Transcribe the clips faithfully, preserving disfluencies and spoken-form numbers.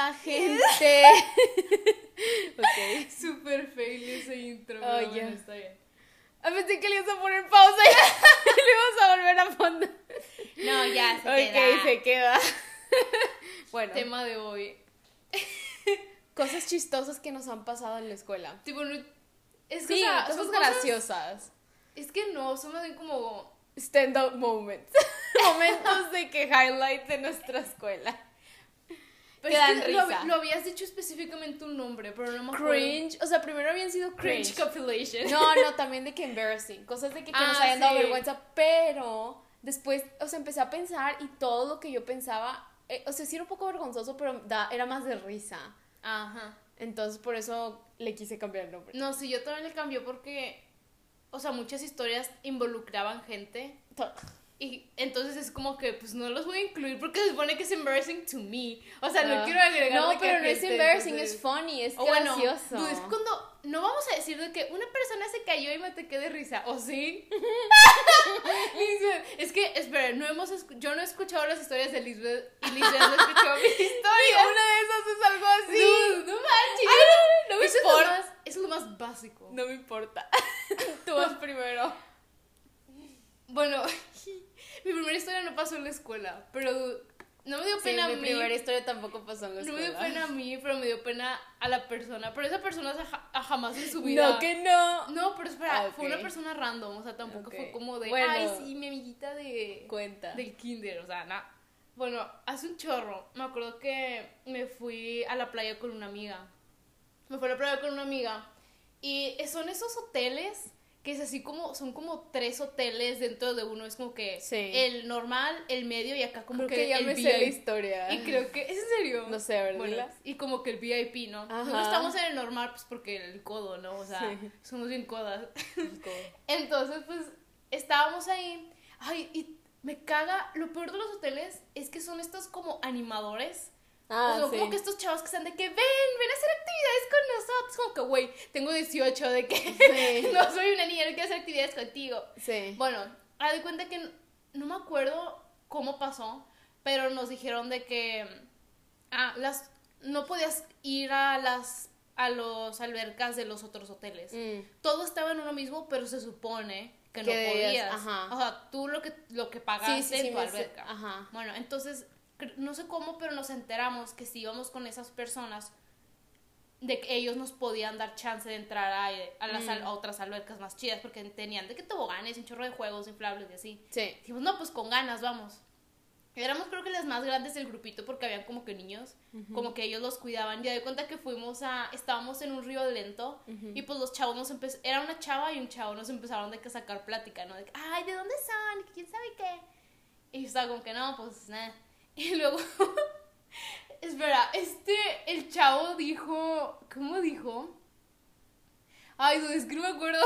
Hola, gente. Ok. Super fail ese intro. Oh, pero ya. bueno, está bien. A pensé que le ibas a poner pausa y le íbamos a volver a poner. No, ya se Ok, queda. se queda. Bueno, Tema de hoy. cosas chistosas que nos han pasado en la escuela. Tipo, no, es que Sí, o sea, cosas son graciosas. Es que no, son más bien como. Stand-up moments. Momentos de que highlight de nuestra escuela. Pero Que es dan que lo, risa. lo habías dicho específicamente un nombre, pero no me acuerdo. Cringe. O sea, primero habían sido Cringe cringe. compilation. No, no, también de que embarrassing. Cosas de que, que Ah, nos hayan dado sí. vergüenza. Pero después, o sea, empecé a pensar y todo lo que yo pensaba, eh, o sea, sí era un poco vergonzoso, pero da, era más de risa. Ajá. Entonces, por eso le quise cambiar el nombre. No, sí, yo también le cambié porque. O sea, muchas historias involucraban gente. Y entonces es como que, pues no los voy a incluir porque se supone que es embarrassing to me. O sea, no Ah. quiero agregar. No, de que pero no gente, es embarrassing, entonces- es funny, es O bueno, gracioso. dude, es cuando. No vamos a decir de que una persona se cayó y me ataqué de risa, ¿o sí? Lisbeth, es que, espera, no hemos escu- yo no he escuchado las historias de Lisbeth y Lisbeth no escuchó mi historia. Una de esas es algo así. Dude, no manches. Ay, no me eso, es lo importa. más, eso es lo más básico. No me importa. Tú vas primero. Bueno, mi primera historia no pasó en la escuela, pero dude, no me dio Sí, pena mi a mí. primera historia tampoco pasó en la No me escuela. dio pena a mí, pero me dio pena a la persona. Pero esa persona ja- a jamás en su vida. No, que no. No, pero espera, Ah, ok. fue una persona random, o sea, tampoco Ok. fue como de, Bueno. ay, sí, mi amiguita de Cuenta. del kinder, o sea, nada. Bueno, hace un chorro, me acuerdo que me fui a la playa con una amiga. Me fui a la playa con una amiga y son esos hoteles que es así como, son como tres hoteles dentro de uno, es como que Sí. el normal, el medio y acá como Creo que, que ya el me sé V I la P. historia. Y creo que, ¿es en serio? No sé, a ver, Bueno, dila. y como que el V I P, ¿no? Ajá. Nosotros estamos en el normal, pues porque el codo, ¿no? O sea, Sí. somos bien codas. Entonces, pues, estábamos ahí. Ay, y me caga. Lo peor de los hoteles es que son estos como animadores. Ah, o sea, sí. como que estos chavos que están de que ven, ven a hacer actividades con nosotros. Como que, güey, tengo dieciocho, de que Sí. no soy una niña, no quiero hacer actividades contigo. Sí. Bueno, haz de cuenta que no me acuerdo cómo pasó, pero nos dijeron de que ah, las no podías ir a las a los albercas de los otros hoteles. Mm. Todo estaba en uno mismo, pero se supone que no Que debías, podías. ajá. O sea, tú lo que lo que pagaste Sí, sí, sí, en tu me sé- alberca. ajá. Bueno, entonces cr- no sé cómo, pero nos enteramos que si íbamos con esas personas de que ellos nos podían dar chance de entrar a, a las al- Mm. a otras albercas más chidas porque tenían de que toboganes, un chorro de juegos inflables y así. Sí. Dijimos, no, pues con ganas, vamos. Éramos creo que las más grandes del grupito porque habían como que niños, como que ellos los cuidaban. Ya de cuenta que fuimos a, estábamos en un río lento Ujú. y pues los chavos nos empezaron, era una chava y un chavo, nos empezaron de que sacar plática, ¿no? De que, ay, ¿de dónde son? ¿Quién sabe qué? Y yo estaba como que no, pues nada. Y luego, espera, este, el chavo dijo, ¿cómo dijo? Ay, dude, es que no me acuerdo.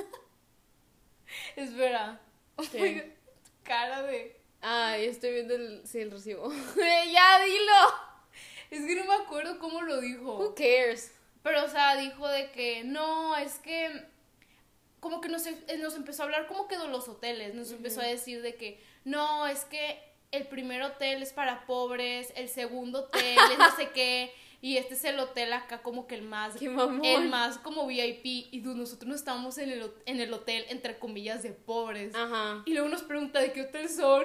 Espera. Oh ¿Qué? my God, cara de... Ah, yo estoy viendo el, sí, el recibo. ya, dilo. Es que no me acuerdo cómo lo dijo. Who cares? Pero, o sea, dijo de que no, es que como que nos, eh, nos empezó a hablar como que de los hoteles. Nos empezó a decir de que no, es que el primer hotel es para pobres, el segundo hotel es no sé qué, y este es el hotel acá como que el más, ¡Qué mamón! el más como V I P. Y dude, nosotros no estábamos en el, hot- en el hotel, entre comillas, de pobres. Ajá. Y luego nos pregunta de qué hotel son.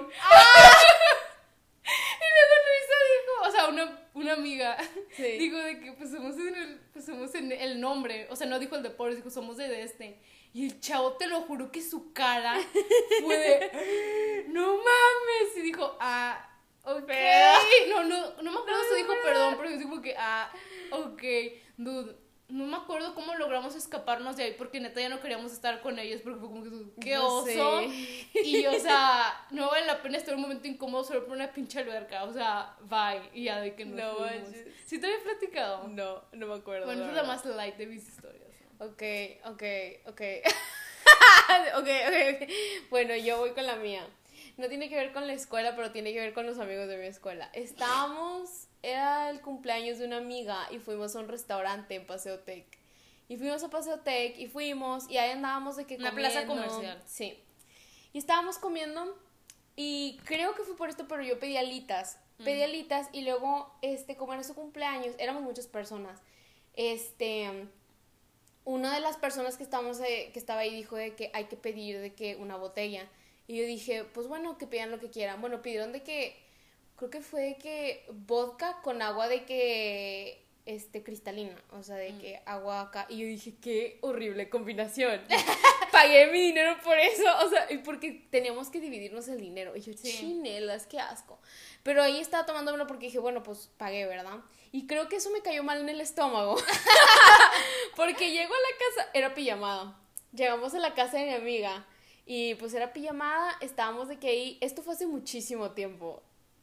Y luego Luisa dijo, o sea, una, una amiga, Sí. dijo de que pues somos en el, pues somos en el nombre, o sea, no dijo el de pobres, dijo somos de este. Y el chavo, te lo juro que su cara fue de, no mames, y dijo, ah, ok. No, no, no me acuerdo si dijo perdón, pero dijo que, ah, ok, dude. No me acuerdo cómo logramos escaparnos de ahí porque neta ya no queríamos estar con ellos porque fue como que, qué No oso. sé. Y, o sea, no vale la pena estar un momento incómodo solo por una pinche alberca. O sea, bye. Y ya de que nos No fuimos. manches. ¿Sí te había platicado? No, no me acuerdo. Bueno, la esa es la verdad. más light de mis historias. ¿no? Ok, ok, ok. ok, ok, ok. Bueno, yo voy con la mía. No tiene que ver con la escuela, pero tiene que ver con los amigos de mi escuela. Estábamos, era el cumpleaños de una amiga y fuimos a un restaurante en Paseo Tech. Y fuimos a Paseo Tech y fuimos y ahí andábamos de que Una comiendo. plaza comercial. Sí. Y estábamos comiendo y creo que fue por esto, pero yo pedí alitas. pedí alitas y luego, este, como era su cumpleaños, éramos muchas personas, este, una de las personas que estábamos, eh, que estaba ahí dijo de que hay que pedir de que una botella, y yo dije, pues bueno, que pidan lo que quieran. Bueno, pidieron de que, creo que fue de que vodka con agua de que, este, cristalina, o sea, de mm. que agua acá, y yo dije, qué horrible combinación. Pagué mi dinero por eso, o sea, porque teníamos que dividirnos el dinero, y yo, sí. Chinelas, qué asco. Pero ahí estaba tomándomelo porque dije, bueno, pues pagué, ¿verdad? Y creo que eso me cayó mal en el estómago, porque llego a la casa, era pijamada, llegamos a la casa de mi amiga, y pues era pijamada, estábamos de que ahí, esto fue hace muchísimo tiempo,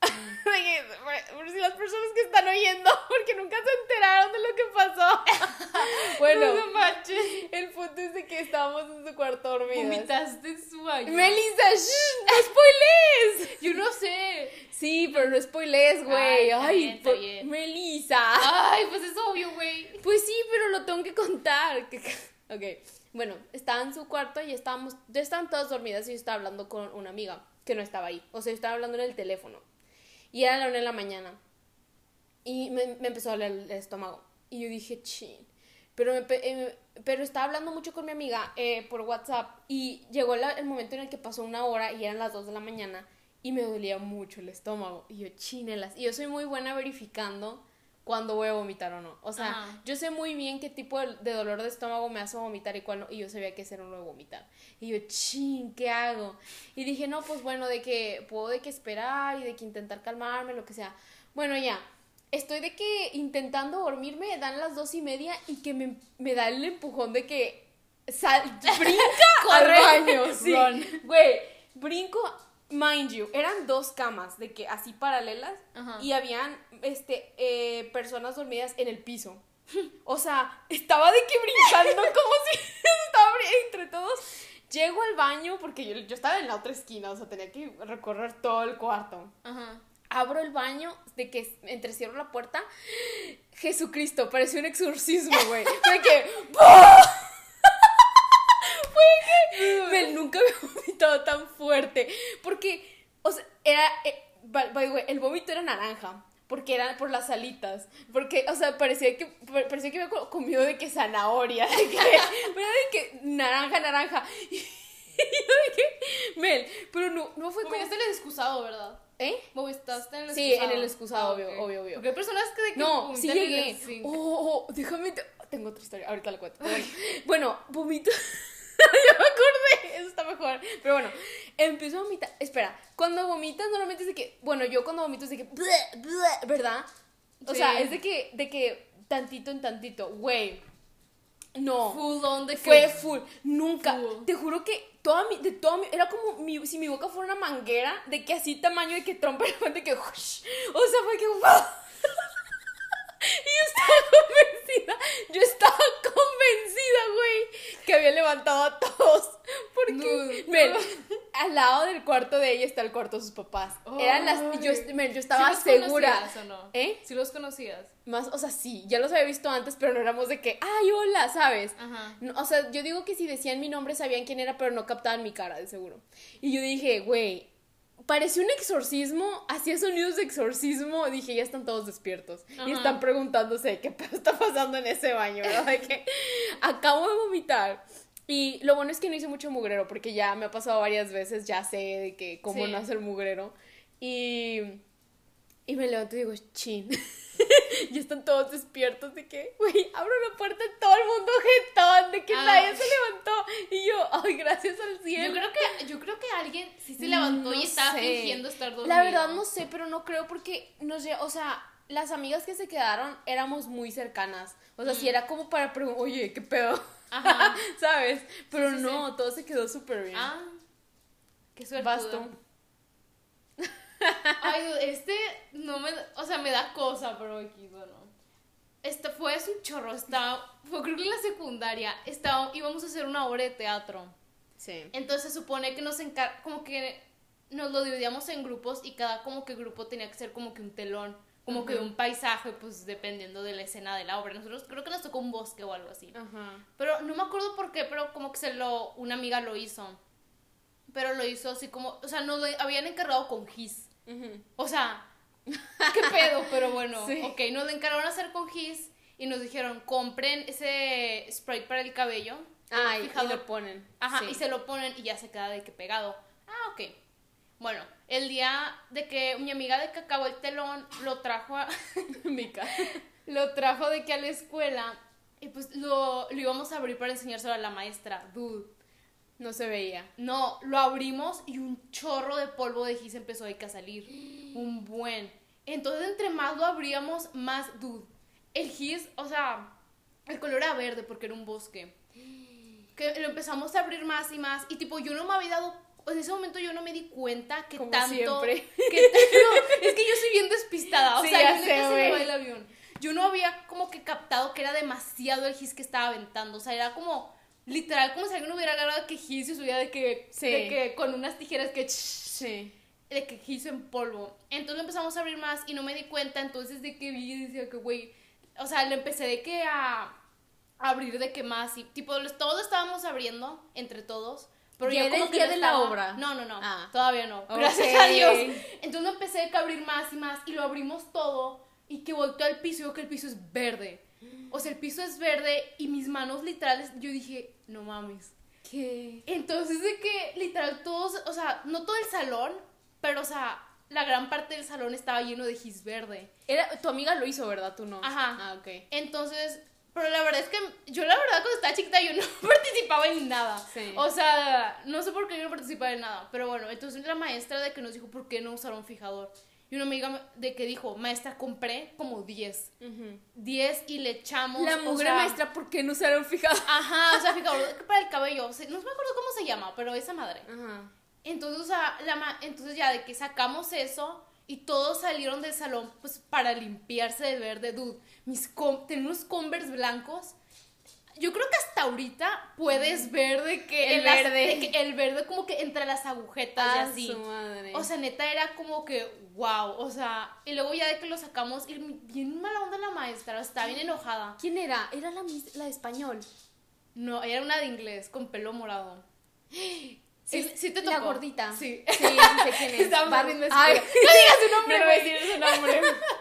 por, por si las personas que están oyendo, porque nunca se enteraron de lo que pasó. Bueno, no manches. El punto es de que estábamos en su cuarto dormidas. Vomitaste en su baño. Melissa, shh, no spoilees. Yo no sé. Sí, pero no spoilees, güey. Ay, Ay, bien, por... bien. Melissa. Ay, pues es obvio, güey. Pues sí, pero lo tengo que contar. Ok, bueno, estaba en su cuarto y estábamos, ya estaban todas dormidas y yo estaba hablando con una amiga que no estaba ahí. O sea, yo estaba hablando en el teléfono. Y era la una de la mañana. Y me, me empezó a doler el estómago. Y yo dije, chin. Pero, me, eh, pero estaba hablando mucho con mi amiga eh, por WhatsApp. Y llegó la, el momento en el que pasó una hora y eran las dos de la mañana. Y me dolía mucho el estómago. Y yo, chinelas. Y yo soy muy buena verificando cuándo voy a vomitar o no. O sea, ajá, yo sé muy bien qué tipo de, de dolor de estómago me hace vomitar y cuál no. Y yo sabía que ese era uno de vomitar. Y yo, chin, ¿qué hago? Y dije, no, pues bueno, de que puedo de que esperar y de que intentar calmarme, lo que sea. Bueno, ya, estoy de que intentando dormirme, dan las dos y media y que me, me da el empujón de que sal, brinca al baño. Sí, güey, brinco. Mind you, eran dos camas de que así paralelas, ajá, y habían este eh, personas dormidas en el piso. O sea, estaba de que brincando como si estaba entre todos. Llego al baño porque yo, yo estaba en la otra esquina, o sea, tenía que recorrer todo el cuarto. Ajá. Abro el baño, de que entrecierro la puerta. Jesucristo, pareció un exorcismo, güey. Fue que Fue que me, nunca me he vomitado tan fuerte. Porque, o sea, era. Eh, by, by way, el vómito era naranja. Porque eran por las alitas. Porque, o sea, parecía que parecía que había comido de que zanahoria. De que, de que naranja, naranja. Y yo de que. Mel, pero no, no fue como. Vomitaste en el excusado, ¿verdad? ¿Eh? Vomitaste en el excusado. Sí, en el excusado, ah, obvio, okay. obvio, obvio. Porque hay personas que de que no, sí llegué. El... Oh, oh, déjame. Te... Tengo otra historia, ahorita la cuento. Bueno, bueno, vomito. Ya me acordé, eso está mejor. Pero bueno, empiezo a vomitar. Espera, cuando vomitas normalmente es de que, bueno, yo cuando vomito es de que, bleh, bleh, ¿verdad? O sí. sea, es de que, de que tantito en tantito, güey. No. Full on de Fue full. Nunca. Full. Te juro que toda mi, de toda mi, era como mi, si mi boca fuera una manguera, de que así tamaño de que trompa, de que, ush, o sea, fue que, wow. Y yo estaba convencida, yo estaba convencida, güey, que había levantado a todos. Porque, no, ven, no. Al lado del cuarto de ella está el cuarto de sus papás. Oh, Eran las, yo, yo estaba ¿sí segura. ¿Los conocías o no? ¿Eh? ¿Sí los conocías? Más, o sea, sí, ya los había visto antes, pero no éramos de que, ay, hola, ¿sabes? Ajá. No, o sea, yo digo que si decían mi nombre sabían quién era, pero no captaban mi cara, de seguro. Y yo dije, güey, pareció un exorcismo, hacía sonidos de exorcismo, dije, ya están todos despiertos. Ajá. Y están preguntándose qué está pasando en ese baño, ¿verdad? De que acabo de vomitar. Y lo bueno es que no hice mucho mugrero, porque ya me ha pasado varias veces, ya sé de que cómo sí. no hacer mugrero. Y, y me levanto y digo, chin. Y están todos despiertos de que, güey, abro la puerta y todo el mundo jetón, de que ah. nadie se levantó. Y yo, ay, gracias al cielo. Yo creo que, yo creo que alguien sí se levantó no y estaba sé. fingiendo estar dormido. La verdad no sé, pero no creo porque, no sé, o sea, las amigas que se quedaron éramos muy cercanas. O sea, mm. sí era como para preguntar, oye, ¿qué pedo? Ajá. ¿Sabes? Pero sí, sí, no, sí. todo se quedó súper bien. Ah, qué suerte. Basto. Ay, este no me, o sea, me da cosa, pero aquí, bueno. Este fue hace un chorro, estaba, fue creo que en la secundaria, estaba, íbamos a hacer una obra de teatro. Sí. Entonces se supone que nos encar, como que nos lo dividíamos en grupos y cada como que grupo tenía que ser como que un telón, como uh-huh. que un paisaje, pues dependiendo de la escena de la obra. Nosotros creo que nos tocó un bosque o algo así. Uh-huh. Pero no me acuerdo por qué, pero como que se lo, una amiga lo hizo. Pero lo hizo así como, o sea, nos lo habían encargado con gis. Uh-huh. O sea, ¿Qué pedo? Pero bueno, Sí. ok, nos lo encargaron hacer con His y nos dijeron, compren ese spray para el cabello. Ah, y, y fijador. lo ponen. Ajá, sí. y se lo ponen y ya se queda de que pegado. Ah, ok. Bueno, el día de que mi amiga de que acabó el telón lo trajo a... Mica. lo trajo de que a la escuela y pues lo, lo íbamos a abrir para enseñárselo a la maestra. Dude. No se veía. No, lo abrimos y un chorro de polvo de gis empezó de que a salir. Un buen. Entonces, entre más lo abríamos, más dude. El gis, o sea, el color era verde porque era un bosque. Que lo empezamos a abrir más y más. Y tipo, yo no me había dado. En ese momento yo no me di cuenta que Como tanto. siempre. Que, no, es que yo soy bien despistada. O Sí, sea, ya yo neta sé, se me güey. va el avión. Yo no había como que captado que era demasiado el gis que estaba aventando. O sea, era como. Literal, como si alguien hubiera agarrado que gis y subía de que, Sí. de que con unas tijeras que Sí. de que gis en polvo. Entonces lo empezamos a abrir más y no me di cuenta, entonces de que vi y decía que güey, o sea, lo empecé de que a, a abrir de que más y tipo los- todos lo estábamos abriendo entre todos. Pero ¿Ya yo era como el que día no de la estaba- obra? No, no, no. Ah. Todavía no. Ok. Gracias a Dios. Entonces lo empecé de que a abrir más y más y lo abrimos todo y que volteó al piso y veo que el piso es verde. O sea, el piso es verde y mis manos literales, yo dije, no mames. ¿Qué? Entonces de que literal todos, o sea, no todo el salón, pero o sea, la gran parte del salón estaba lleno de gis verde. Era, tu amiga lo hizo, ¿verdad? Tú no. Ajá. Ah, ok. Entonces, pero la verdad es que yo la verdad cuando estaba chiquita yo no participaba en nada. Sí. O sea, no sé por qué yo no participaba en nada, pero bueno, entonces la maestra de que nos dijo por qué no usar un fijador. Y una amiga de que dijo, maestra, compré como diez. Ujú. diez y le echamos. La o mujer sea, maestra, ¿por qué no usaron fijador? Ajá, o sea, fijador para el cabello. O sea, no me acuerdo cómo se llama, pero esa madre. Ajá. Entonces, o sea, la ma- entonces ya de que sacamos eso y todos salieron del salón pues para limpiarse del verde, dude. Mis com tenía unos Converse blancos. Yo creo que hasta ahorita puedes ver de que El en las- verde. de que el verde como que entre las agujetas Ah, y así. su madre. O sea, neta era como que wow, o sea, y luego ya de que lo sacamos y bien mala onda la maestra, estaba bien enojada. ¿Quién era? Era la, mis- la de español. No, era una de inglés con pelo morado. Sí, Es sí te la tocó. gordita. Sí. Sí, sé quién es. Estaba Bar- bien Ay, vestida. No digas su nombre, no voy a güey. decir su nombre.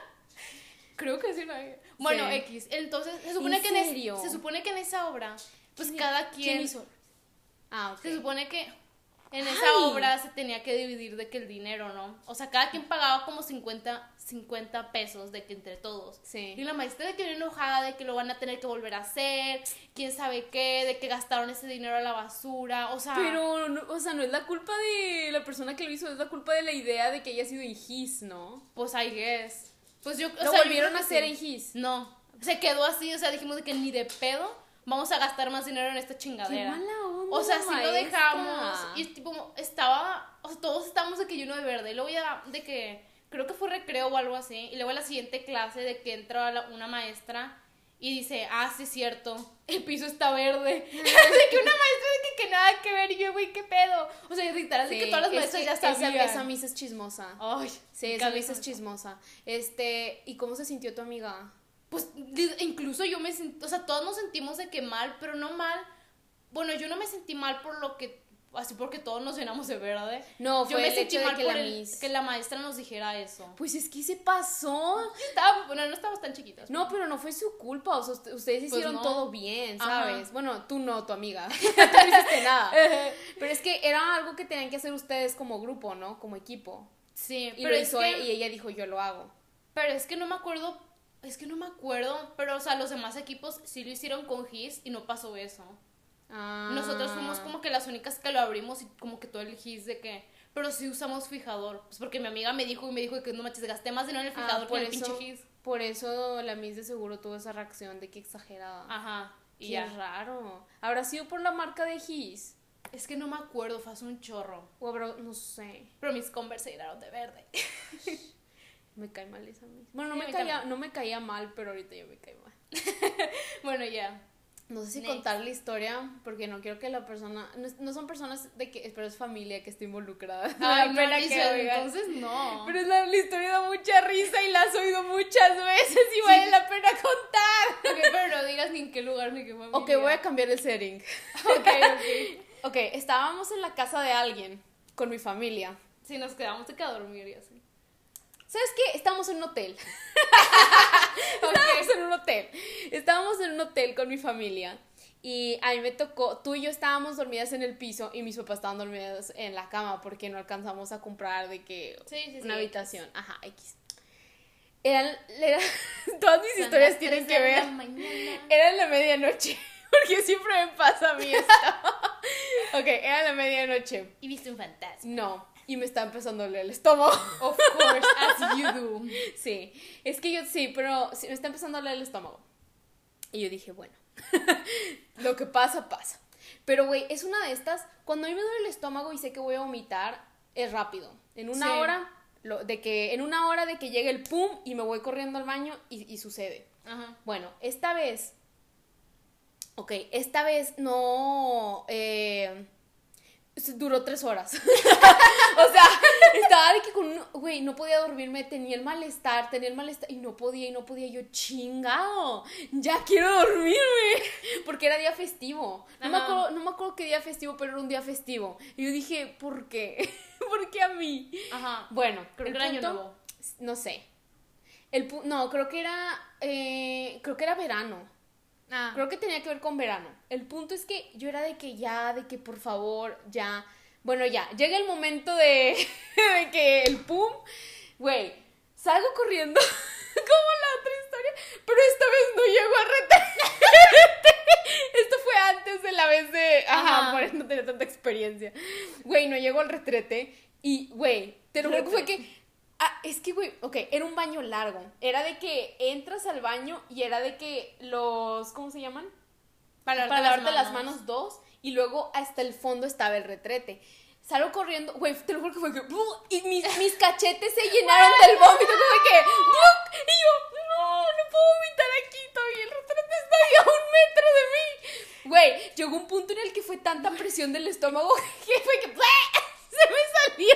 Creo que sí, no hay. Bueno, Sí. X. Entonces, se supone, ¿En que en es- serio? se supone que en esa obra, pues ¿Quién- cada quien. ¿Quién hizo? Ah, ok. Se supone que en Ay. esa obra se tenía que dividir de que el dinero, ¿no? O sea, cada quien pagaba como cincuenta, cincuenta pesos de que entre todos. Sí. Y la maestra de que viene enojada de que lo van a tener que volver a hacer, quién sabe qué, de que gastaron ese dinero a la basura, o sea. Pero, no- o sea, no es la culpa de la persona que lo hizo, es la culpa de la idea de que haya sido en His, ¿no? Pues I guess. Pues yo, o Lo sea, yo volvieron creo a que hacer sí. en His. No, se quedó así, o sea, dijimos de que ni de pedo vamos a gastar más dinero en esta Qué chingadera. mala onda. O sea, sí lo maestra. dejamos y tipo, estaba, o sea, todos estábamos de que lleno de verde. Y luego ya de que, creo que fue recreo o algo así. Y luego a la siguiente clase de que entra la- una maestra y dice, ah, sí es cierto, el piso está verde. de que una maestra de que, que nada que ver y yo, güey, qué pedo. O sea, literal, de Sí, que todas las es maestras que ya sabían. Esa, esa misa es chismosa. Ay, Sí, me esa caga misa es esa- chismosa. Este, ¿y cómo se sintió tu amiga? Pues di- incluso yo me sentí, o sea, todos nos sentimos de que mal, pero no mal. Bueno, yo no me sentí mal por lo que, así porque todos nos llenamos de verde. No, yo fue me el sentí hecho de mal que por la el- Miss- que la maestra nos dijera eso. Pues es que se pasó. Yo estaba, bueno, no estábamos tan chiquitas. No, pero no fue su culpa, o sea, ust- ustedes Pues hicieron no. todo bien, Ajá. ¿sabes? Bueno, tú no, tu amiga. Tú no hiciste nada. Pero es que era algo que tenían que hacer ustedes como grupo, ¿no? Como equipo. Sí, Y pero lo es hizo que, e- y ella dijo, yo lo hago. pero es que no me acuerdo, es que no me acuerdo, pero o sea, los demás equipos sí lo hicieron con Gis y no pasó eso. Ah. Nosotros fuimos como que las únicas que lo abrimos y como que todo el Gis de que, pero sí usamos fijador, pues porque mi amiga me dijo y me dijo que no manches, gasté más dinero en el Ah, fijador por que en el eso, pinche Gis. por eso la Miss de seguro tuvo esa reacción de que exagerada. Ajá, y Qué ya. raro. ¿Habrá sido por la marca de His? Es que no me acuerdo, fue hace un chorro. O habrá, no sé. Pero mis Converse se llenaron de verde. Me cae mal esa Miss. Bueno, no, Sí, me a mí caía, también. no me caía mal, pero ahorita ya me cae mal. Bueno, ya. No sé si Next. contar la historia, porque no quiero que la persona... No, es- no son personas de que... Pero es familia que está involucrada. Me da Ay, no, pena Lisa, que oigan. entonces no. Pero es la, la historia da mucha risa y la has oído muchas veces y vale la pena contar. Ok, pero no digas ni en qué lugar ni qué familia. Ok, voy a cambiar el setting. Ok, ok. Ok, estábamos en la casa de alguien con mi familia. Sí, nos quedamos de que a dormir y así. ¿sabes qué? Estábamos en un hotel. Estábamos en un hotel. Estábamos en un hotel con mi familia. Y a mí me tocó, tú y yo estábamos dormidas en el piso y mis papás estaban dormidos en la cama porque no alcanzamos a comprar de que Sí, sí, sí, una X. habitación. Ajá, X. Eran, eran- todas mis Son historias las tienen tres que de la ver. mañana. Era la medianoche, porque siempre me pasa a mí esto. Ok, era la medianoche. Y viste un fantasma. No, y me está empezando a doler el estómago. Of course, as you do. Sí, es que yo sí, pero sí, me está empezando a doler el estómago. Y yo dije, bueno, lo que pasa, pasa. Pero, güey, es una de estas, cuando a mí me duele el estómago y sé que voy a vomitar, es rápido. En una Sí. hora, lo, de que, en una hora de que llegue el pum y me voy corriendo al baño y, y sucede. Ajá. Bueno, esta vez, ok, esta vez no, eh, duró tres horas. O sea, estaba de que con un, güey, no podía dormirme, tenía el malestar, tenía el malestar y no podía y no podía, yo chingado, ya quiero dormirme, porque era día festivo. No me Ajá. acuerdo, no me acuerdo qué día festivo, pero era un día festivo. Y yo dije, ¿por qué? ¿Por qué a mí? Ajá. Bueno, Creo el que era año punto- nuevo. no sé. El pu- no, creo que era, eh, creo que era verano. Ah. Creo que tenía que ver con verano. El punto es que yo era de que ya, de que por favor, ya. Bueno, ya, llega el momento de, de que el pum, güey, salgo corriendo como la otra historia, pero esta vez no llego a retrete. Esto fue antes de la vez de, ajá, Ajá. por eso no tenía tanta experiencia. Güey, no llego al retrete y, güey, te lo juro que fue que ah, es que, güey, ok, era un baño largo. Era de que entras al baño y era de que los, ¿cómo se llaman? Para, Para lavarte las manos dos y luego hasta el fondo estaba el retrete. Salgo corriendo, güey, te lo juro que fue que ¡buh! Y mis, mis cachetes se llenaron del vómito, como que ¡buh! Y yo, no, no puedo vomitar aquí todavía, el retrete está ahí a un metro de mí. Güey, llegó un punto en el que fue tanta presión del estómago que fue que ¡buh! Se me salió.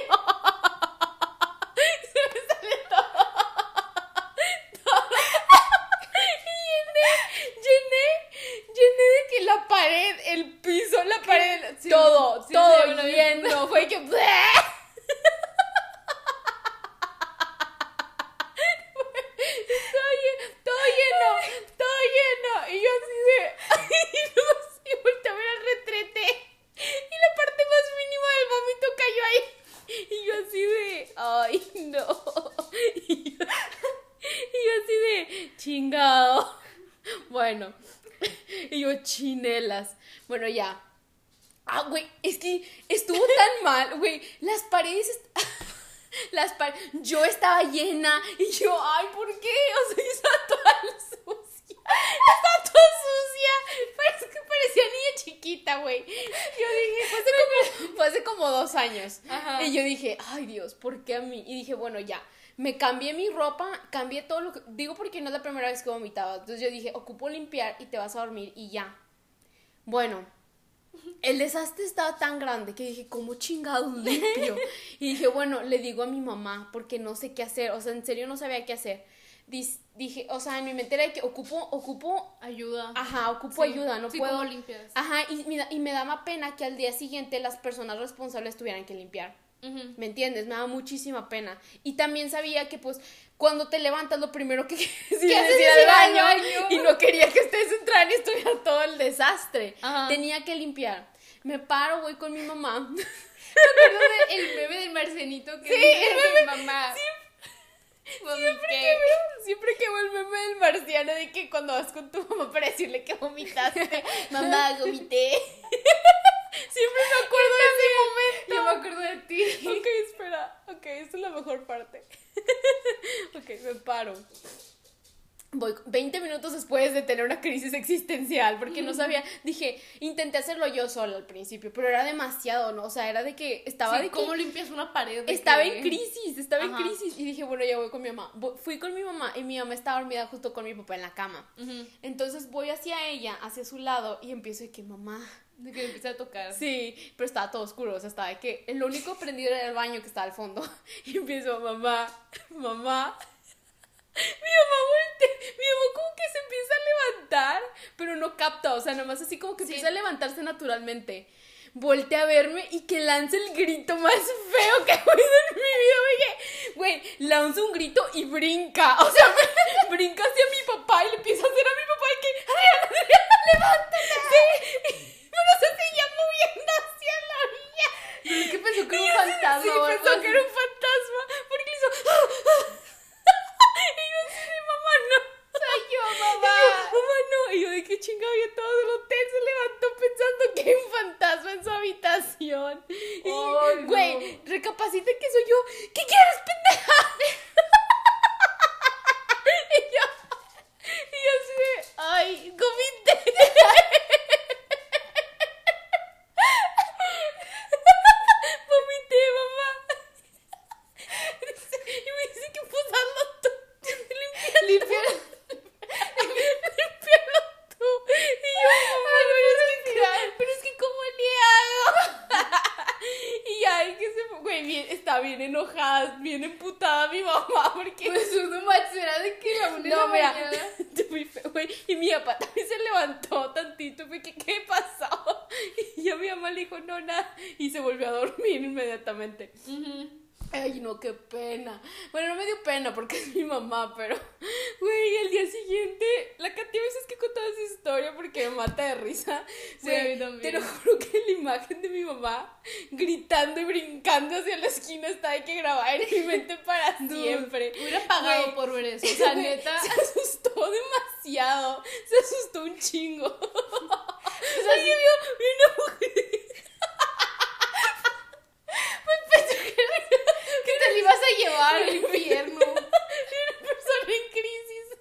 Se me salió todo. Todo. Y llené, llené, llené de que la pared, el piso, la pared, Sí, todo, sí, todo sí, me lo vi. lleno. Fue que. ¡buh! Todo lleno, todo lleno, todo lleno. Y yo así de. Y luego sí, volteé a ver al retrete. Y la parte más mínima del vómito cayó ahí. Y yo así de. Ay, no. Y yo, y yo así de. Chingado. Bueno. Y yo, chinelas. Bueno, ya. Ah, güey, es que estuvo tan mal, güey. Las paredes. est- Las paredes. Yo estaba llena. Y yo, ay, ¿por qué? O sea, yo estaba toda sucia. Estaba toda sucia. Parece que parecía niña chiquita, güey. Yo dije, fue hace como, fue hace como dos años. Ajá. Y yo dije, ay, Dios, ¿por qué a mí? Y dije, bueno, ya. Me cambié mi ropa, cambié todo lo que. Digo porque no es la primera vez que vomitaba. Entonces yo dije, ocupo limpiar y te vas a dormir y ya. Bueno, el desastre estaba tan grande que dije, ¿cómo chingados limpio? Y dije, bueno, le digo a mi mamá porque no sé qué hacer. O sea, en serio no sabía qué hacer. Dis- dije, o sea, en mi mente era de que ocupo, ocupo. Ayuda. Ajá, ocupo Sí. ayuda, no Sí, puedo. ¿cómo limpias? Ajá, y, me da- y me daba pena que al día siguiente las personas responsables tuvieran que limpiar. Ujú. ¿Me entiendes? Me daba muchísima pena. Y también sabía que, pues, cuando te levantas, lo primero que quieres es ir haces al es ir al baño. baño. Y no quería que ustedes entraran y estuviera todo el desastre. Ajá. Tenía que limpiar. Me paro, voy con mi mamá. Me acuerdo del meme del marcenito que Sí, dice el que meme- mamá. Siempre que, veo, siempre que veo el meme del marciano de que cuando vas con tu mamá para decirle que vomitaste, mamá, vomité. Siempre me acuerdo de ese momento. Yo me acuerdo de ti. Ok, espera. Ok, esta es la mejor parte. Ok, me paro. Voy veinte minutos después de tener una crisis existencial porque no sabía, dije, intenté hacerlo yo sola al principio, pero era demasiado, ¿no? O sea, era de que estaba Sí, de que ¿cómo limpias una pared? de estaba que- en crisis, estaba Ajá. en crisis y dije, bueno, ya voy con mi mamá. Voy- fui con mi mamá y mi mamá estaba dormida justo con mi papá en la cama. Ujú. Entonces voy hacia ella, hacia su lado y empiezo de que, mamá, De que empieza a tocar. sí, pero estaba todo oscuro, o sea, estaba de que lo único prendido era el baño que estaba al fondo. Y empiezo, mamá, mamá. Mi mamá voltea, mi mamá como que se empieza a levantar, pero no capta, o sea, nada más así como que Sí. empieza a levantarse naturalmente. Voltea a verme y que lance el grito más feo que he oído en mi vida, oye, güey, lanza un grito y brinca, o sea, brinca hacia mi papá y le empieza a hacer a mi papá y que, Adriana, Adriana, levántate. Sí, pero se seguía moviendo hacia la orilla. ¿Pero qué pensó que Y era yo un sí- fantasma? Sí, o algo pensó así? que era un fantasma, porque le hizo, y yo así de, mamá, no. Soy yo, Y mamá. yo, mamá, no. Y yo de que chingado, ya todo el hotel se levantó pensando que hay un fantasma en su habitación. Y, Ay, no. güey, recapacita que soy yo. ¿Qué quieres, pendeja? y yo, y yo así de, ay, comiste. Vomité, mamá. Y me dice que pues hazlo tú. Limpiarlo. Limpiarlo tú. Y yo, mamá, pero, es que, pero es que ¿cómo le hago? Y ya, y que se fue, güey, bien, está bien enojada, bien emputada mi mamá, porque... Pues no manches, era de que la una de No, la mira, mañana. muy feo, güey. Y mi papá también se levantó tantito. Fue que, ¿qué pasó? Y ya mi mamá le dijo, no, nada. Y se volvió a dormir inmediatamente. Ujú. Ay, no, qué pena. Bueno, no me dio pena porque es mi mamá, pero, güey, el día siguiente, la cantidad de veces que he contado esa historia porque me mata de risa. Sí, Güey, a mí también. te lo juro que la imagen de mi mamá gritando y brincando hacia la esquina está de que grabar en mi mente para Dude, siempre. Hubiera pagado Güey, por ver eso. O sea, güey, neta. se asustó demasiado. Se asustó un chingo. O sea, sí vio, vio una mujer. Que te la ibas a llevar al infierno. Vio una persona en crisis.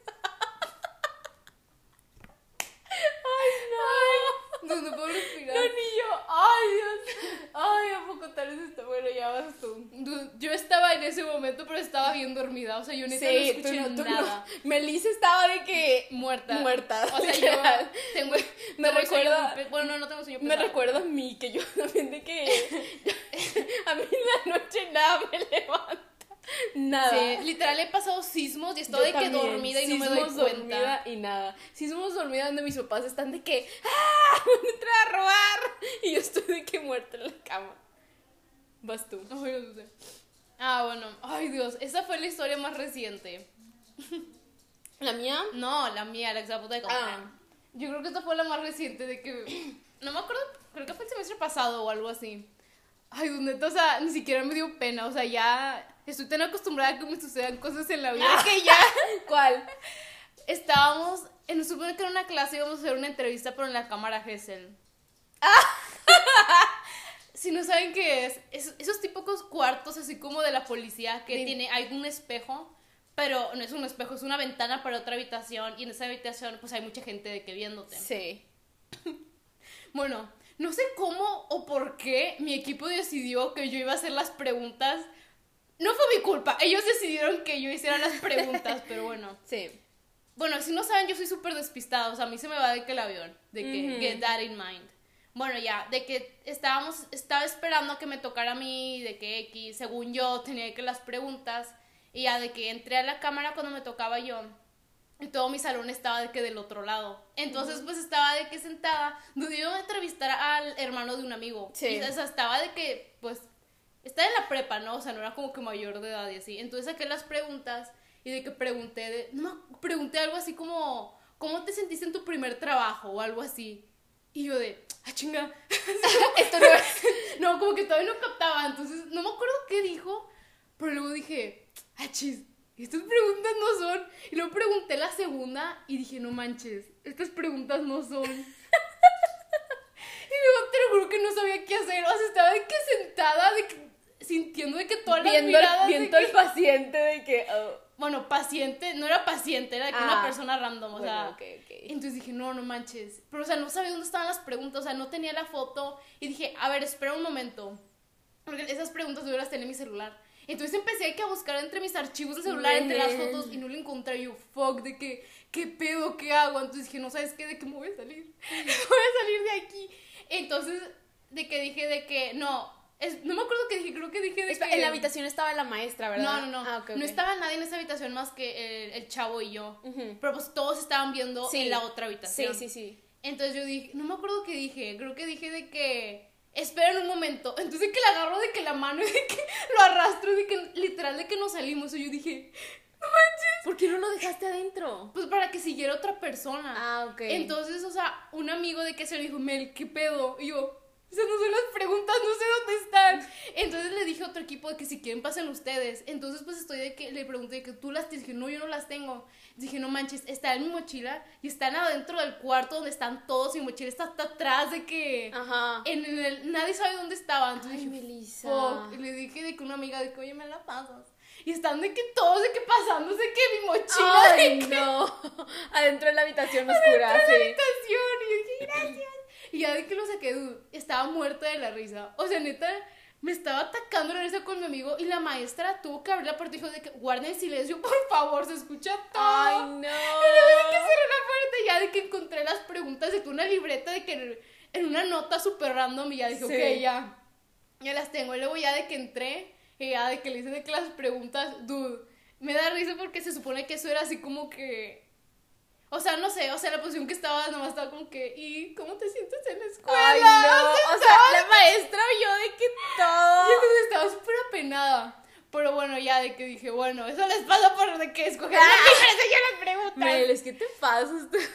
Ay, no. No, no puedo respirar. No, ni yo. Ay, Dios. Ay, ¿a poco tal vez está? Bueno, ya vas tú. Dude, yo estaba en ese momento, pero estaba bien dormida. O sea, yo neta no Sí, tú escuché no, tú nada. no. Melissa estaba de que Muerta. muerta. O sea, literal. yo tengo. Me tengo recuerda- sueño pe- Bueno, no, no tengo sueño Me pesado. recuerda a mí, que yo también de que a mí en la noche nada me levanta. Nada. Sí, literal he pasado sismos y estoy Yo de que también. dormida y no me doy Sismos cuenta. dormida y nada. Sismos dormida donde mis papás están de que ¡ah! ¡Me van a entrar a robar! Y yo estoy de que muerta en la cama. Vas tú. Ay, no sé. Ah, bueno. Ay, Dios. Esa fue la historia más reciente. ¿La mía? No, la mía, la que se la puta de Ah. Yo creo que esta fue la más reciente de que. No me acuerdo, creo que fue el semestre pasado o algo así. Ay, neta, o sea, ni siquiera me dio pena. O sea, ya estoy tan acostumbrada a que me sucedan cosas en la vida que ya. ¿Cuál? Estábamos. En supone que era una clase, íbamos a hacer una entrevista, pero en la cámara Gesell. Si no saben qué es, es esos típicos cuartos así como de la policía que Sí. tiene hay un espejo, pero no es un espejo, es una ventana para otra habitación y en esa habitación pues hay mucha gente de que viéndote. Sí. Bueno, no sé cómo o por qué mi equipo decidió que yo iba a hacer las preguntas. No fue mi culpa, ellos decidieron que yo hiciera las preguntas, pero bueno. Sí. Bueno, si no saben, yo soy súper despistada, o sea, a mí se me va de que el avión, de que Ujú. get that in mind. Bueno, ya, de que estábamos, estaba esperando a que me tocara a mí, de que X, según yo, tenía que las preguntas, y ya de que entré a la cámara cuando me tocaba yo, y todo mi salón estaba de que del otro lado. Entonces, pues estaba de que sentada, donde iba a entrevistar al hermano de un amigo. Sí. Y, o sea, estaba de que, pues, estaba en la prepa, ¿no? O sea, no era como que mayor de edad y así. Entonces saqué las preguntas y de que pregunté, de, no, pregunté algo así como, ¿cómo te sentiste en tu primer trabajo? O algo así. Y yo de, ah, chinga. Esto no es. No, como que todavía no captaba. Entonces, no me acuerdo qué dijo, pero luego dije, ah, chis, estas preguntas no son. Y luego pregunté la segunda y dije, no manches, estas preguntas no son. Y luego te lo juro que no sabía qué hacer. O sea, estaba de que sentada, de que, sintiendo de que todas las Viendo, miradas. de viendo que- al paciente de que. Oh. Bueno, paciente, no era paciente, era de que Ah. una persona random, o Bueno, sea. ok, ok. Entonces dije, no, no manches. Pero, o sea, no sabía dónde estaban las preguntas, o sea, no tenía la foto. Y dije, a ver, espera un momento. Porque esas preguntas yo las tenía en mi celular. Entonces empecé a, que a buscar entre mis archivos de celular, entre las fotos, y no lo encontré. Y yo, fuck, de que, ¿qué pedo? ¿Qué hago? Entonces dije, no, ¿sabes qué? De que me voy a salir. Me voy a salir de aquí. Entonces, de que dije, de que, no, Es, no me acuerdo qué dije, creo que dije de Espa- que... En la habitación estaba la maestra, ¿verdad? No, no, no. Ah, ok, ok. No estaba nadie en esa habitación más que el, el chavo y yo. Ujú. Pero pues todos estaban viendo Sí. en la otra habitación. Sí, sí, sí. Entonces yo dije, no me acuerdo qué dije, creo que dije de que... Esperen un momento. Entonces que le agarro de que la mano y de que lo arrastro, de que literal de que nos salimos. Y yo dije, no manches. ¿Por qué no lo dejaste adentro? Pues para que siguiera otra persona. Ah, ok. Entonces, o sea, un amigo de que se le dijo, Mel, ¿qué pedo? Y yo, esas no son las preguntas, no sé dónde están. Entonces le dije a otro equipo de que si quieren pasen ustedes. Entonces pues estoy de que le pregunté de que tú las tienes. Dije, no, yo no las tengo. Dije, no manches, está en mi mochila y están adentro del cuarto donde están todos y mi mochila está hasta atrás de que... Ajá. En el, nadie sabe dónde estaba. Entonces Ay, dije, Melissa. fuck. Y le dije de que una amiga de que, oye, me la pasas. Y están de que todos de que pasándose que mi mochila Ay, de que no. Adentro de la habitación oscura, la sí. habitación. Y yo dije, gracias. Y ya de que lo saqué, dude, estaba muerta de la risa. O sea, neta, me estaba atacando la risa con mi amigo y la maestra tuvo que abrir la puerta y dijo de que guarden silencio, por favor, se escucha todo. Ay, no. Y luego de que cerró la puerta y ya de que encontré las preguntas de que una libreta de que en, en una nota súper random y ya dije, Sí. ok, ya, ya las tengo. Y luego ya de que entré y ya de que le hice de que las preguntas, dude, me da risa porque se supone que eso era así como que... O sea, no sé, o sea, la posición que estaba, nomás estaba como que, ¿y cómo te sientes en la escuela? Ay, no. O sea, la maestra vio de que todo. Yo creo que estaba súper apenada. Pero bueno, ya de que dije, bueno, eso les pasa por de que escoger la libreta y yo las preguntas. Mel, es que te pasas tú.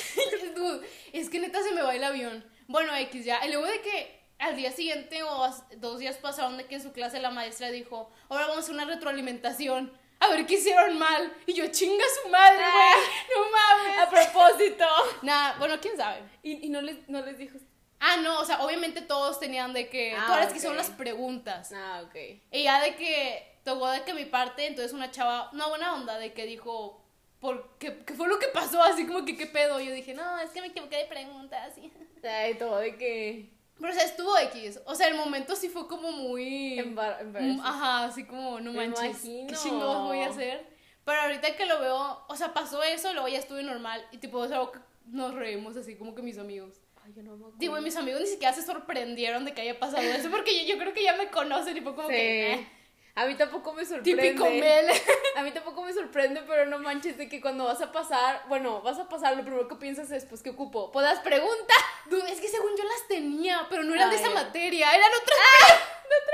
Dude, es que neta se me va el avión. Bueno, X ya. Y luego de que al día siguiente o as- dos días pasaron de que en su clase la maestra dijo, ahora vamos a hacer una retroalimentación. A ver qué hicieron mal. Y yo, chinga su madre, güey. No mames. A propósito. Nada, bueno, quién sabe. Y, y no, les, no les dijo. Ah, no, o sea, obviamente todos tenían de que. Ah, todas las ok. que hicieron las preguntas. Ah, ok. Y ya de que tocó de que mi parte, entonces una chava, una buena onda, de que dijo, ¿por qué, qué fue lo que pasó? Así como que, ¿qué pedo? Yo dije, no, es que me equivoqué de preguntas. Así. Ay, todo de que. Pero, o sea, estuvo X. O sea, el momento sí fue como muy. Embar Mm, Ajá, así como, no Me manches. imagino. ¿Qué chingados voy a hacer? Pero ahorita que lo veo, o sea, pasó eso, luego ya estuve normal. Y tipo, o sea, nos reímos así como que mis amigos. Ay, yo no me acuerdo. Digo, y mis amigos ni siquiera se sorprendieron de que haya pasado eso, porque yo, yo creo que ya me conocen y fue como Sí. que. eh, A mí tampoco me sorprende. típico Mel. A mí tampoco me sorprende, pero no manches de que cuando vas a pasar, bueno, vas a pasar, lo primero que piensas es, pues, ¿qué ocupo? ¿Puedas preguntar? Dude, es que según yo las tenía, pero no eran de Ay. esa materia, eran otras. ¡De otra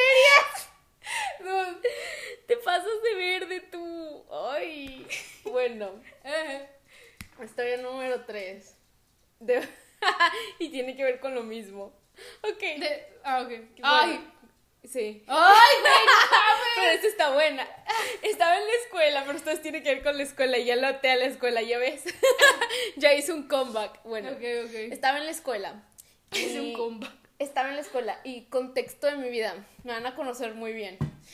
materia! Dude. Te pasas de verde tú. Ay. Bueno, Eh, historia número tres. De... y tiene que ver con lo mismo. Ok. de- ah, ok. Bueno, Ay. Sí. Ay, güey, no mames. Pero esta está buena. Estaba en la escuela, pero esto tiene que ver con la escuela. Y ya lo até a la escuela, ya ves. Ya hice un comeback. Bueno, Ok, ok. estaba en la escuela. Hice y un comba. Estaba en la escuela y contexto de mi vida. Me van a conocer muy bien.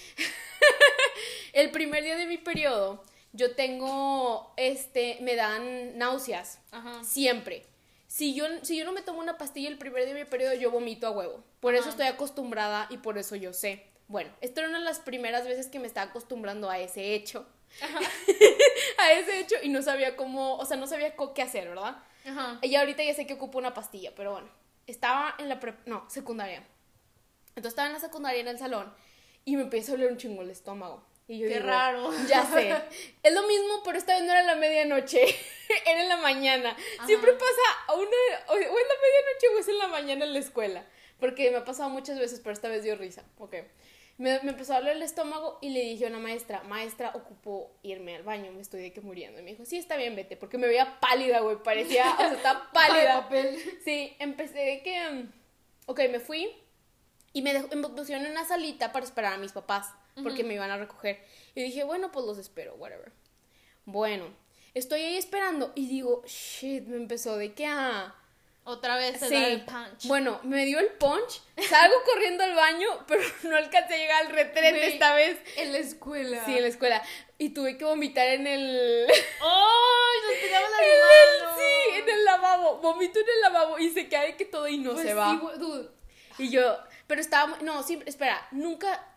El primer día de mi periodo, yo tengo, este, me dan náuseas. Ajá. Siempre. Si yo, si yo no me tomo una pastilla el primer día de mi periodo, yo vomito a huevo. Por eso Ajá. estoy acostumbrada y por eso yo sé. Bueno, esta era una de las primeras veces que me estaba acostumbrando a ese hecho. A ese hecho y no sabía cómo, o sea, no sabía co- qué hacer, ¿verdad? Ajá. Y ahorita ya sé que ocupo una pastilla, pero bueno. Estaba en la pre- no, secundaria. Entonces estaba en la secundaria en el salón y me empezó a doler un chingo el estómago. Y yo Qué digo, raro. Ya sé. Es lo mismo, pero esta vez no era en la medianoche, era en la mañana. Siempre pasa a una, o o en la medianoche o es en la mañana en la escuela. Porque me ha pasado muchas veces, pero esta vez dio risa. Ok. Me, me empezó a doler el estómago y le dije a una maestra, maestra, ocupo irme al baño, me estoy de que muriendo. Y me dijo, sí, está bien, vete, porque me veía pálida, güey, parecía, o sea, estaba pálida. papel. Sí, empecé de que, mm, ok, me fui y me, dejó, me pusieron en una salita para esperar a mis papás, porque me iban a recoger. Y dije, bueno, pues los espero, whatever. Bueno, estoy ahí esperando y digo, shit, me empezó de que a... Otra vez se Sí, da el punch. bueno, me dio el punch, salgo corriendo al baño, pero no alcancé a llegar al retrete Güey, esta vez. En la escuela. Sí, en la escuela. Y tuve que vomitar en el... ¡Ay! Nos tiramos las en el- manos. Sí, en el lavabo. Vomito en el lavabo y se cae que todo y no Pues se va. sí, güey, dude. Y yo, pero estaba... muy- No, siempre, espera, nunca...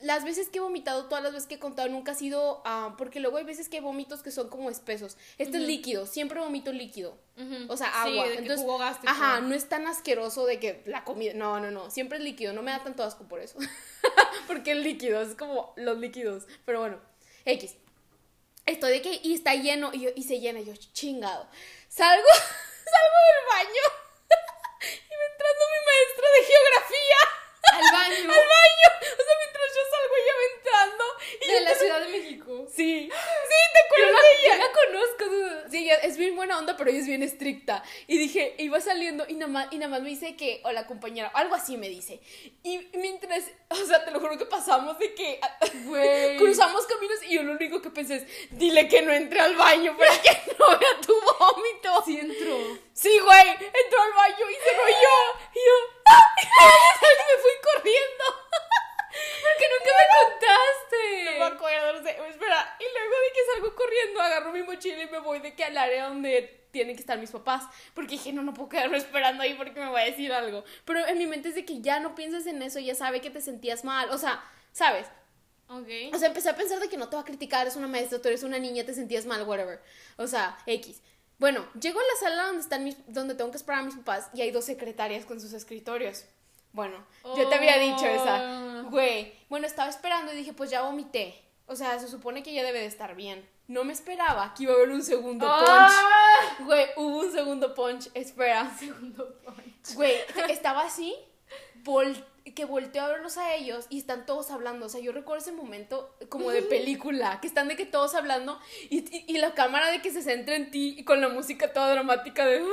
las veces que he vomitado, todas las veces que he contado, nunca ha sido, uh, porque luego hay veces que hay vómitos que son como espesos. Este uh-huh. es líquido, siempre vomito líquido. Uh-huh. O sea, agua. Sí, de Entonces, jugo gástrico. Ajá, no es tan asqueroso de que la comida, no, no, no, siempre es líquido, no me da tanto asco por eso. Porque el líquido, es como los líquidos, pero bueno, X. Estoy de que, y está lleno, y, yo, y se llena, y yo, chingado. Salgo, salgo del baño, y me entrando mi maestra de geografía. Al baño. Al baño. O sea, mientras yo salgo, ella va entrando. Y de la Ciudad de México. Sí. Sí, ¿te acuerdas la, de ella? Yo la conozco, duda. Sí, ella es bien buena onda, pero ella es bien estricta. Y dije, iba saliendo y nada más, y nada más me dice que, o la compañera, algo así me dice. Y mientras, o sea, te lo juro que pasamos de que güey, cruzamos caminos y yo lo único que pensé es, dile que no entre al baño para que no vea tu vómito. Sí entró. Sí, güey, entró al baño y se rolló. Y yo, ¡ah! Y me fui corriendo. ¿Por qué nunca me contaste? No me acuerdo, no sé, espera. Y luego de que salgo corriendo, agarro mi mochila y me voy de que al área donde tienen que estar mis papás. Porque dije, no, no puedo quedarme esperando ahí porque me va a decir algo. Pero en mi mente es de que ya no piensas en eso, ya sabe que te sentías mal. O sea, ¿sabes? Ok. O sea, empecé a pensar de que no te va a criticar, eres una maestra, tú eres una niña, te sentías mal, whatever. O sea, X. Bueno, llego a la sala donde están mis, donde tengo que esperar a mis papás y hay dos secretarias con sus escritorios. Bueno, oh. yo te había dicho esa. Güey, bueno, estaba esperando y dije, pues ya vomité. O sea, se supone que ya debe de estar bien. No me esperaba que iba a haber un segundo punch. Ah. Güey, hubo un segundo punch. Espera. Un segundo punch. Güey, estaba así, vol- que volteo a verlos a ellos y están todos hablando. O sea, yo recuerdo ese momento como de película, que están de que todos hablando y, y, y la cámara de que se centra en ti y con la música toda dramática de... y yo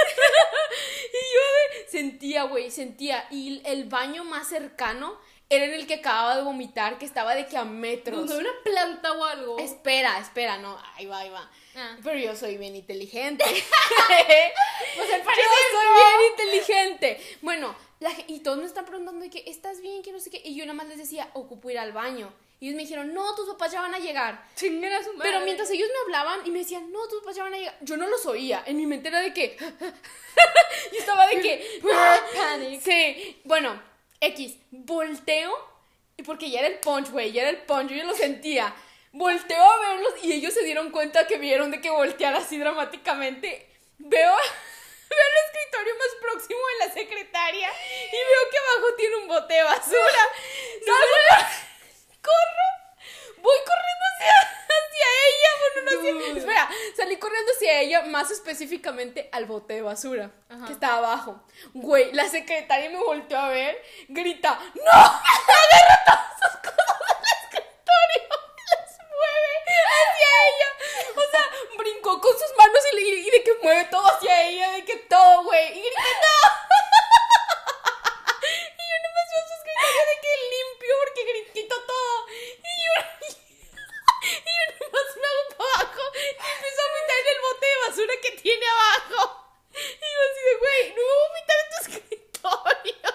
de... sentía, güey, sentía. Y el baño más cercano era en el que acababa de vomitar, que estaba de que a metros. ¿No una planta o algo? Espera, espera, no, ahí va, ahí va. Ah. Pero yo soy bien inteligente. Pues al parecer yo soy bien inteligente. Bueno, la, y todos me están preguntando de que ¿estás bien? Que no sé qué. Y yo nada más les decía, ocupo ir al baño. Y ellos me dijeron, no, tus papás ya van a llegar. Chinguen a su madre. Pero mientras ellos me hablaban y me decían, no, tus papás ya van a llegar, yo no los oía. En mi mente era de que... yo estaba de que... Panic. Sí, bueno, X, volteo, porque ya era el punch, güey, ya era el punch, yo ya lo sentía. Volteo a verlos y ellos se dieron cuenta que vieron de que voltear así dramáticamente. Veo... Veo el escritorio más próximo de la secretaria y veo que abajo tiene un bote de basura. Salgo, corro, voy corriendo hacia, hacia ella. Bueno, no hacia, espera, salí corriendo hacia ella, más específicamente al bote de basura. Ajá. Que estaba abajo. Güey, la secretaria me volteó a ver, grita, ¡no! Agarra todas sus cosas del escritorio y las mueve hacia ella. O sea, brincó con sus manos y, le, y de que mueve todo hacia ella, de que todo, güey. Y grita, ¡no! Y yo nomás veo su escritorio de que limpio porque quitó todo. Y yo, y yo nomás me hago para abajo y empiezo a vomitar en el bote de basura que tiene abajo. Y yo así de, güey, no voy a vomitar en tu escritorio.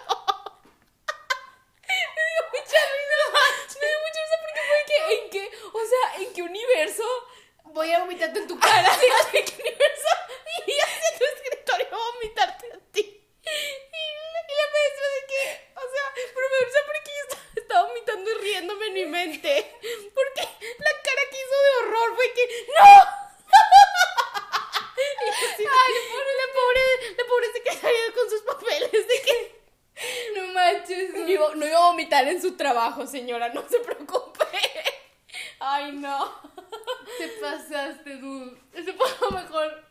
Me dio mucha risa. Me dio mucha risa porque fue que, ¿en qué? O sea, ¿en qué universo voy a vomitarte en tu cara? ¿En qué universo? Y hacia tu escritorio voy a vomitarte a ti. Y la, y la maestra de que, o sea, pero me da risa porque yo estaba, estaba vomitando y riéndome en mi mente. Porque la cara que hizo de horror fue que, ¡no! Y yo así, ay, la pobre, la pobre secretaria con sus papeles de que... No manches. No iba, no iba a vomitar en su trabajo, señora, no se preocupe. Ay, no. Te pasaste, dude. Eso fue lo mejor.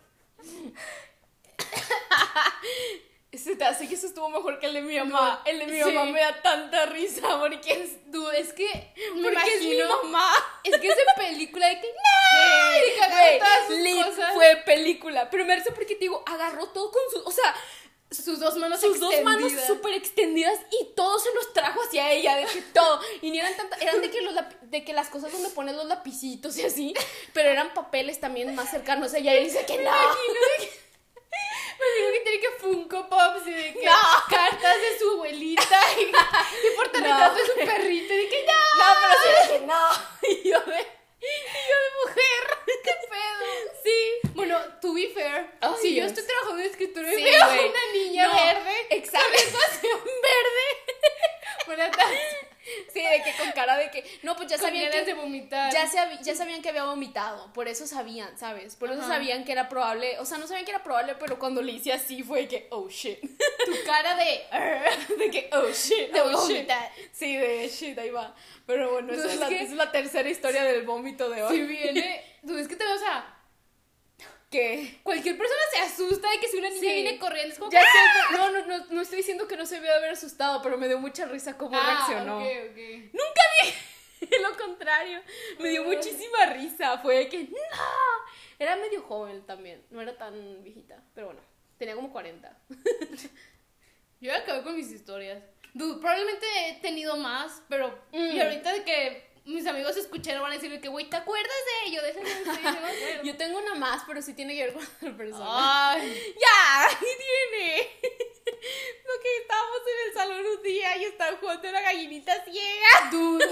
Se te hace que eso estuvo mejor que el de mi mamá. El de mi sí. mamá me da tanta risa porque es, Dude, es que me porque imagino, es mi mamá. Es que es de película de que ¡no! Sí, Y cagaron todas sus lit cosas. fue película. Pero me da risa porque te digo, agarró todo con sus, o sea, sus dos manos sus dos manos extendidas. súper extendidas y todo se los trajo hacia ella, de que todo. Y ni eran tantas, eran de que, los lapi- de que las cosas donde pones los lapicitos y así, pero eran papeles también más cercanos a ella y dice que no. Me dijo que tiene que Funko Pops y de que No. cartas de su abuelita y, y portarretratos No. de su perrito y de que no. No, pero sí de que no. Y yo de, y yo de mujer. ¿Qué pedo? Sí. Bueno, to be fair, Ay, si yo Dios. estoy trabajando en escritura y Sí, veo güey. una niña No, verde, exacto. con verde, buena tarde. Sí, de que con cara de que, no, pues ya Con sabían ganas que, de vomitar. ya, se hab- ya sabían que había vomitado, por eso sabían, ¿sabes? Por eso Ajá. sabían que era probable, o sea, no sabían que era probable, pero cuando le hice así fue que, oh, shit. Tu cara de... De que, oh, shit, De oh, shit. vomitar. Sí, de shit, ahí va. Pero bueno, esa No, es, es la, que- esa es la tercera historia del vómito de hoy. Si viene... Tú ves que te... O sea... ¿Qué? Cualquier persona se asusta de que si una niña Sí. viene corriendo es como... Ya que, sé, pero- no, no, no, no estoy diciendo que no se vio de haber asustado, pero me dio mucha risa cómo ah, reaccionó. ok, ok. Nunca dije lo contrario. Me dio muchísima risa. Fue de que, ¡no! Era medio joven también. No era tan viejita. Pero bueno, tenía como cuarenta. Yo ya acabé con mis historias. Dude, probablemente he tenido más, pero... Mm. Y ahorita de que mis amigos escucharon van a decirme que, güey, ¿te acuerdas de ello? De ese no sé, yo no me acuerdo. Yo tengo una más, pero sí tiene que ver con otra persona. Ay, ¡Ya! ¡Ahí tiene! Lo que estábamos en el salón un día y estaban jugando a la gallinita ciega. dude.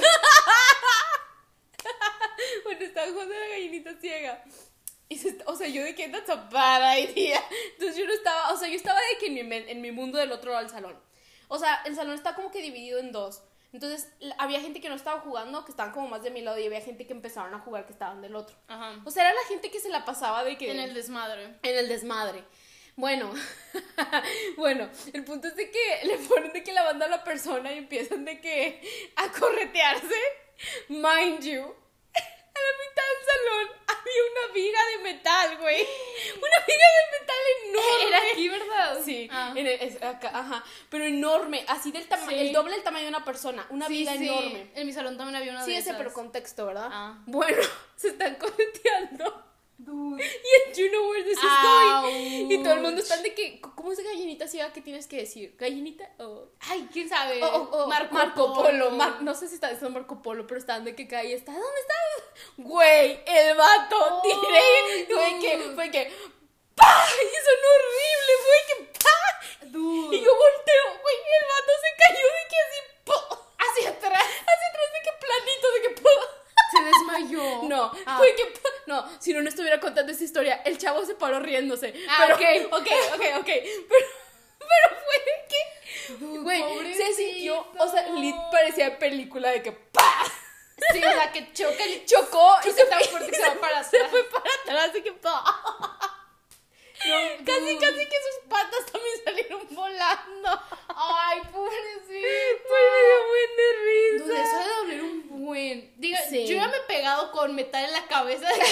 Bueno, estaban jugando a la gallinita ciega. Y se est- o sea, yo de que that's a bad idea. Entonces yo no estaba, o sea, yo estaba de que en mi, men- en mi mundo del otro lado del salón. O sea, el salón está como que dividido en dos. Entonces l- había gente que no estaba jugando, que estaban como más de mi lado, y había gente que empezaron a jugar que estaban del otro. Ajá. O sea, era la gente que se la pasaba de que... En el desmadre. En el desmadre. Bueno, bueno, el punto es de que le ponen de que la banda a la persona y empiezan de que a corretearse. Mind you, a la mitad del salón había una viga de metal, güey. Una viga de metal enorme. Era aquí, ¿verdad? Sí, Ah. en el- es acá, ajá, pero enorme, así del tamaño, Sí. el doble del tamaño de una persona, una Sí, viga sí. enorme. En mi salón también había una Sí, de ese, esas. pero contexto, ¿verdad? Ah. Bueno, se están correteando. Dude. Y el you know where this is going. Y todo el mundo está de que, ¿cómo es gallinita ciega? ¿Qué tienes que decir? ¿Gallinita o...? Ay, ¿quién sabe? O, o- o Marco, Marco Polo. Mar- no sé si está diciendo Marco Polo, pero estaban de que caí. ¿Está? ¿Dónde está? Güey, el vato. Oh, Tiré. Fue dude. que, fue que, ¡pah! Y sonó horrible. Fue que, ¡pah! Dude. Y yo volteo. Güey, el vato se cayó de que así, ¡pah! Hacia atrás. Hacia atrás de que planito, de que, ¡pah! Se desmayó. No, Ah. fue que, ¡pah! No, si no, no estuviera contando esa historia. El chavo se paró riéndose. Ah, pero, ok. ok, ok, ok. Pero, pero fue de que, Dude, güey, se pobrecito. sintió, o sea, lit parecía película de que, ¡pah! Sí, o sea, que choca el... Chocó y Choca se tan fue, fuerte que se va para se atrás. fue para atrás de que, ¡pah! No, Casi, dude. casi que sus patas también salieron volando. Ay, pobrecito. Güey, me dio buen de Dude, risa. eso de doler un buen. Diga, Sí. yo ya me he pegado con metal en la cabeza. De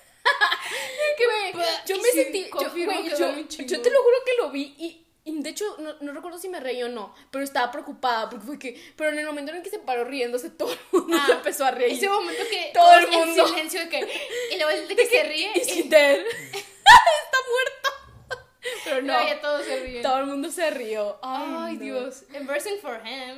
que, Güey, yo y me sí, sentí, yo, confirmo güey, que yo, duele un chingo. yo te lo juro que lo vi y, y de hecho no, no recuerdo si me reí o no, pero estaba preocupada porque fue que, pero en el momento en el que se paró riéndose todo el mundo Ah, se empezó a reír. Ese momento que Todo todos el mundo. en silencio de que y luego el de que se ríe Is y he dead? Está muerto. Pero no, luego ya todos se ríen. todo el mundo se rió. Ay, Ay, no. Dios, embarrassing for him.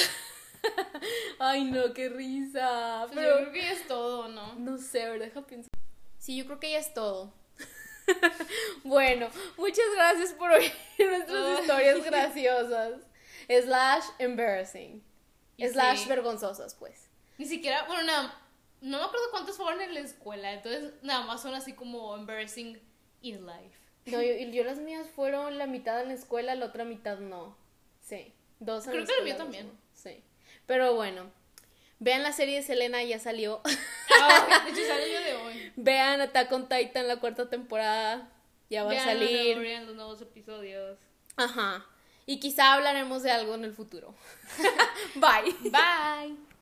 Ay, no, qué risa. Pues Pero yo creo que ya es todo, ¿no? no sé, a ver, deja pensar. Sí, yo creo que ya es todo. Bueno, muchas gracias por oír nuestras Ay. historias graciosas. Slash embarrassing. Y Slash sí. vergonzosas, pues. Ni siquiera, bueno, nada, no me acuerdo cuántos fueron en la escuela, entonces nada más son así como embarrassing in life. No, yo, yo las mías fueron la mitad en la escuela, la otra mitad no. Sí, dos en Creo la que la escuela, mía dos también. no. Sí. Pero bueno, vean la serie de Selena, ya salió. Ah, de hecho sale el día de hoy. Vean Attack on Titan, la cuarta temporada. Ya va Vean a salir. Mandalorian, los nuevos episodios. Ajá. Y quizá hablaremos de algo en el futuro. Bye. Bye.